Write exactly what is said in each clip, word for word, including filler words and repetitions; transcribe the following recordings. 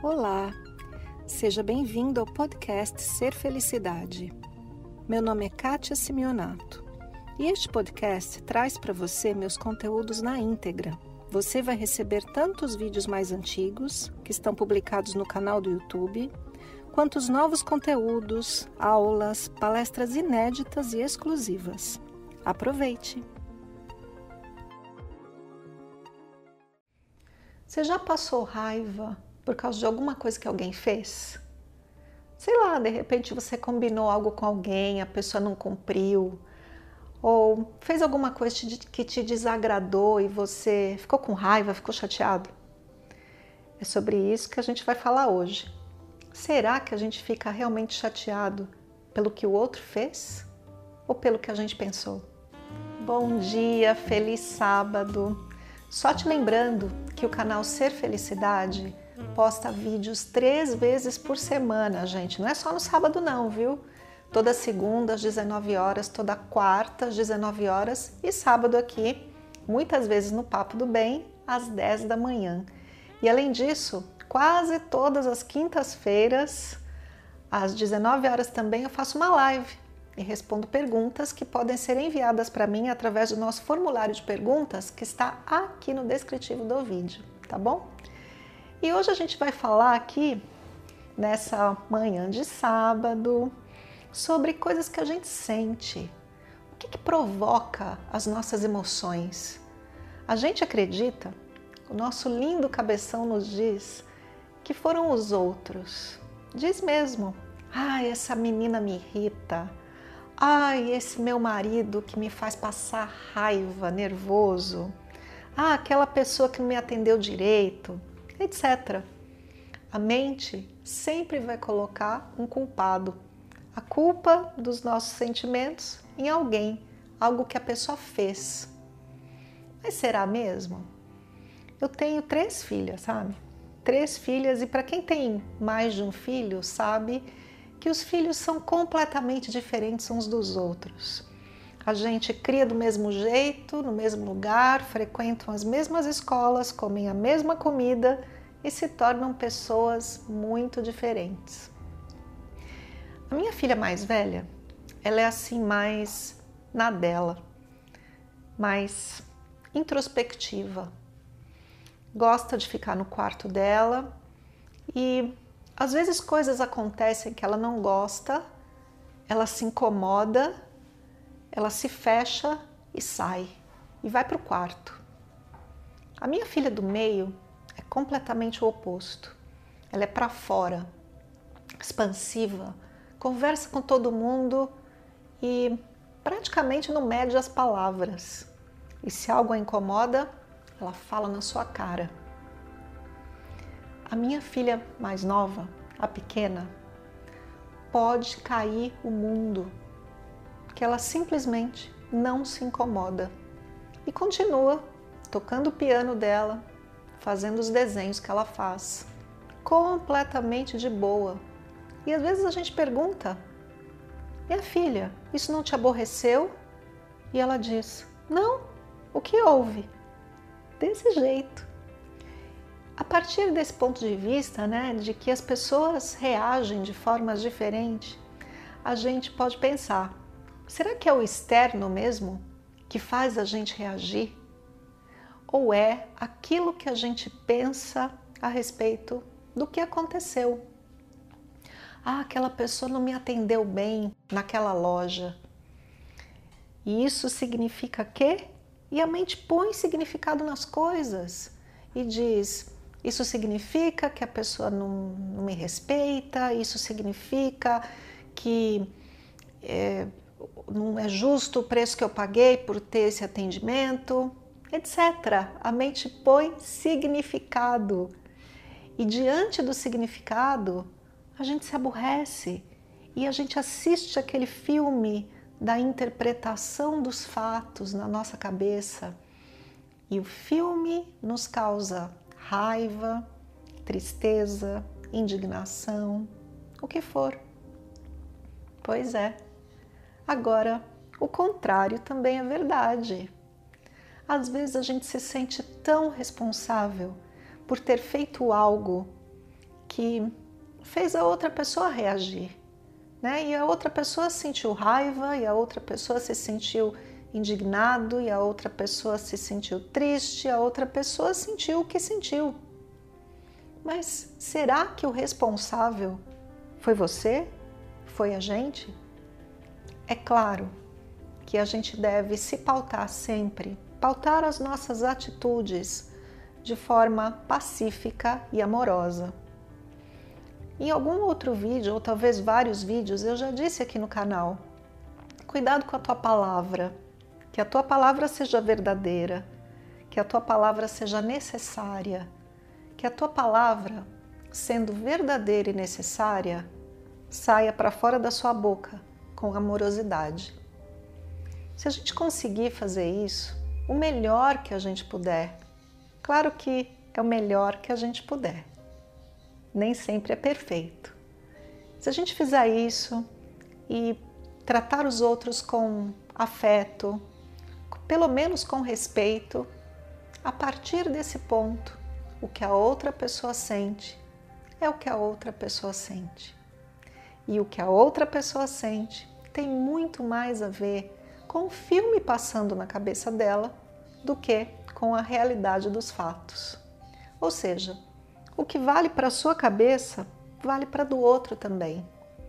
Olá, seja bem-vindo ao podcast Ser Felicidade. Meu nome é Kátia Simeonato e este podcast traz para você meus conteúdos na íntegra. Você vai receber tanto os vídeos mais antigos, que estão publicados no canal do YouTube, quanto os novos conteúdos, aulas, palestras inéditas e exclusivas. Aproveite! Você já passou raiva por causa de alguma coisa que alguém fez? Sei lá, de repente você combinou algo com alguém, a pessoa não cumpriu, ou fez alguma coisa que te desagradou e você ficou com raiva, ficou chateado. É sobre isso que a gente vai falar hoje. Será que a gente fica realmente chateado pelo que o outro fez ou pelo que a gente pensou? Bom dia, feliz sábado! Só te lembrando que o canal Ser Felicidade posta vídeos três vezes por semana, gente. Não é só no sábado não, viu? Toda segunda às dezenove horas, toda quarta às dezenove horas e sábado aqui, muitas vezes no Papo do Bem, às dez da manhã. E além disso, quase todas as quintas-feiras, às dezenove horas também, eu faço uma live e respondo perguntas que podem ser enviadas para mim através do nosso formulário de perguntas que está aqui no descritivo do vídeo, tá bom? E hoje a gente vai falar aqui, nessa manhã de sábado, sobre coisas que a gente sente. O que que provoca as nossas emoções? A gente acredita, o nosso lindo cabeção nos diz, que foram os outros. Diz mesmo, ai, essa menina me irrita. Ai, esse meu marido que me faz passar raiva, nervoso. Ah, aquela pessoa que não me atendeu direito, etcétera. A mente sempre vai colocar um culpado. A culpa dos nossos sentimentos em alguém, algo que a pessoa fez. Mas será mesmo? Eu tenho três filhas, sabe? Três filhas, e para quem tem mais de um filho, sabe que os filhos são completamente diferentes uns dos outros. A gente cria do mesmo jeito, no mesmo lugar, frequentam as mesmas escolas, comem a mesma comida e se tornam pessoas muito diferentes. A minha filha mais velha, ela é assim mais na dela, mais introspectiva. Gosta de ficar no quarto dela e às vezes coisas acontecem que ela não gosta, ela se incomoda, ela se fecha e sai e vai para o quarto. A minha filha do meio é completamente o oposto. Ela é para fora, expansiva, conversa com todo mundo e praticamente não mede as palavras. E se algo a incomoda, ela fala na sua cara. A minha filha mais nova, a pequena, pode cair o mundo, que ela simplesmente não se incomoda e continua tocando o piano dela, fazendo os desenhos que ela faz, completamente de boa. E às vezes a gente pergunta, minha filha, isso não te aborreceu? E ela diz, não, o que houve? Desse jeito. A partir desse ponto de vista, né, de que as pessoas reagem de formas diferentes, a gente pode pensar, será que é o externo mesmo que faz a gente reagir? Ou é aquilo que a gente pensa a respeito do que aconteceu? Ah, aquela pessoa não me atendeu bem naquela loja. E isso significa quê? E a mente põe significado nas coisas e diz, isso significa que a pessoa não, não me respeita, isso significa que é, não é justo o preço que eu paguei por ter esse atendimento, etcétera. A mente põe significado e diante do significado a gente se aborrece e a gente assiste aquele filme da interpretação dos fatos na nossa cabeça e o filme nos causa raiva, tristeza, indignação, o que for. Pois é. Agora, o contrário também é verdade. Às vezes a gente se sente tão responsável por ter feito algo que fez a outra pessoa reagir, né? E a outra pessoa sentiu raiva, e a outra pessoa se sentiu indignado, e a outra pessoa se sentiu triste, a outra pessoa sentiu o que sentiu. Mas será que o responsável foi você? Foi a gente? É claro que a gente deve se pautar sempre, pautar as nossas atitudes de forma pacífica e amorosa. Em algum outro vídeo, ou talvez vários vídeos, eu já disse aqui no canal, cuidado com a tua palavra, que a tua palavra seja verdadeira, que a tua palavra seja necessária, que a tua palavra, sendo verdadeira e necessária, saia para fora da sua boca com amorosidade. Se a gente conseguir fazer isso, o melhor que a gente puder, claro que é o melhor que a gente puder, nem sempre é perfeito. Se a gente fizer isso e tratar os outros com afeto, pelo menos com respeito, a partir desse ponto, o que a outra pessoa sente é o que a outra pessoa sente. E o que a outra pessoa sente tem muito mais a ver com o filme passando na cabeça dela do que com a realidade dos fatos. Ou seja, o que vale para a sua cabeça, vale para do outro também.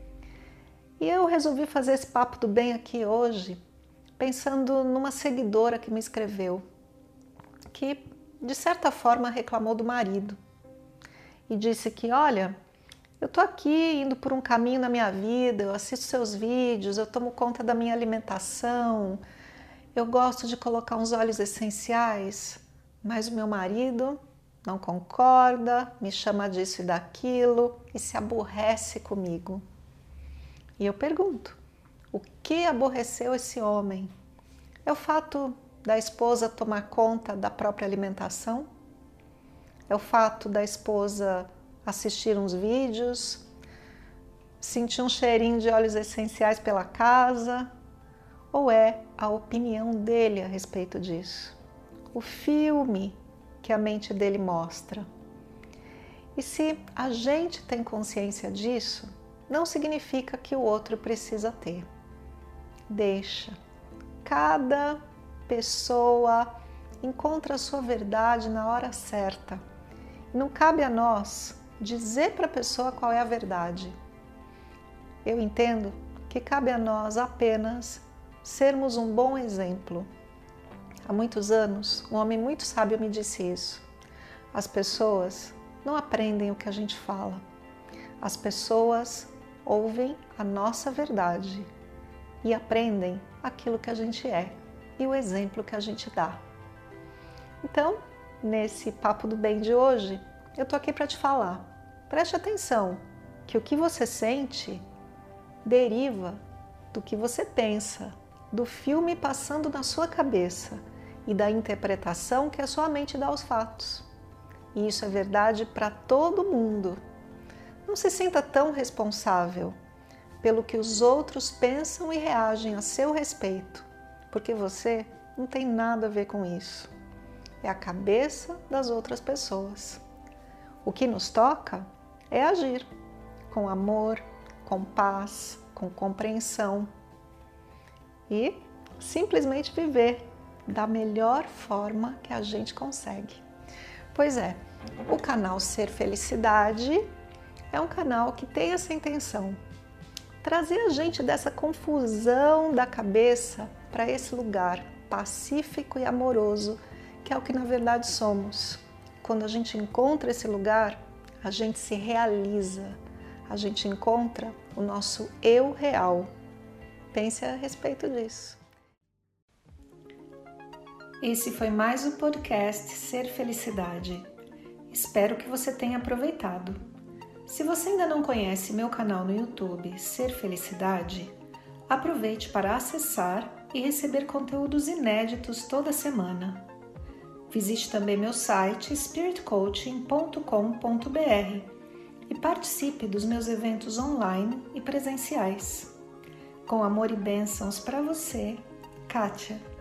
E eu resolvi fazer esse papo do bem aqui hoje, pensando numa seguidora que me escreveu, que de certa forma reclamou do marido e disse que, olha, eu tô aqui indo por um caminho na minha vida, eu assisto seus vídeos, eu tomo conta da minha alimentação, eu gosto de colocar uns óleos essenciais, mas o meu marido não concorda, me chama disso e daquilo e se aborrece comigo. E eu pergunto, o que aborreceu esse homem? É o fato da esposa tomar conta da própria alimentação? É o fato da esposa assistir uns vídeos, sentir um cheirinho de óleos essenciais pela casa? Ou é a opinião dele a respeito disso? O filme que a mente dele mostra. E se a gente tem consciência disso, não significa que o outro precisa ter. Deixa. Cada pessoa encontra a sua verdade na hora certa. Não cabe a nós dizer para a pessoa qual é a verdade. Eu entendo que cabe a nós apenas sermos um bom exemplo. Há muitos anos, um homem muito sábio me disse isso. As pessoas não aprendem o que a gente fala. As pessoas ouvem a nossa verdade e aprendem aquilo que a gente é e o exemplo que a gente dá. Então, nesse Papo do Bem de hoje, eu tô aqui para te falar. Preste atenção que o que você sente deriva do que você pensa, do filme passando na sua cabeça e da interpretação que a sua mente dá aos fatos. E isso é verdade para todo mundo. Não se sinta tão responsável pelo que os outros pensam e reagem a seu respeito, porque você não tem nada a ver com isso. É a cabeça das outras pessoas. O que nos toca é agir com amor, com paz, com compreensão e simplesmente viver da melhor forma que a gente consegue. Pois é, o canal Ser Felicidade é um canal que tem essa intenção, trazer a gente dessa confusão da cabeça para esse lugar pacífico e amoroso, que é o que na verdade somos. Quando a gente encontra esse lugar, a gente se realiza, a gente encontra o nosso eu real. Pense a respeito disso. Esse foi mais o podcast Ser Felicidade. Espero que você tenha aproveitado. Se você ainda não conhece meu canal no YouTube Ser Felicidade, aproveite para acessar e receber conteúdos inéditos toda semana. Visite também meu site spirit coaching ponto com ponto b r e participe dos meus eventos online e presenciais. Com amor e bênçãos para você, Kátia.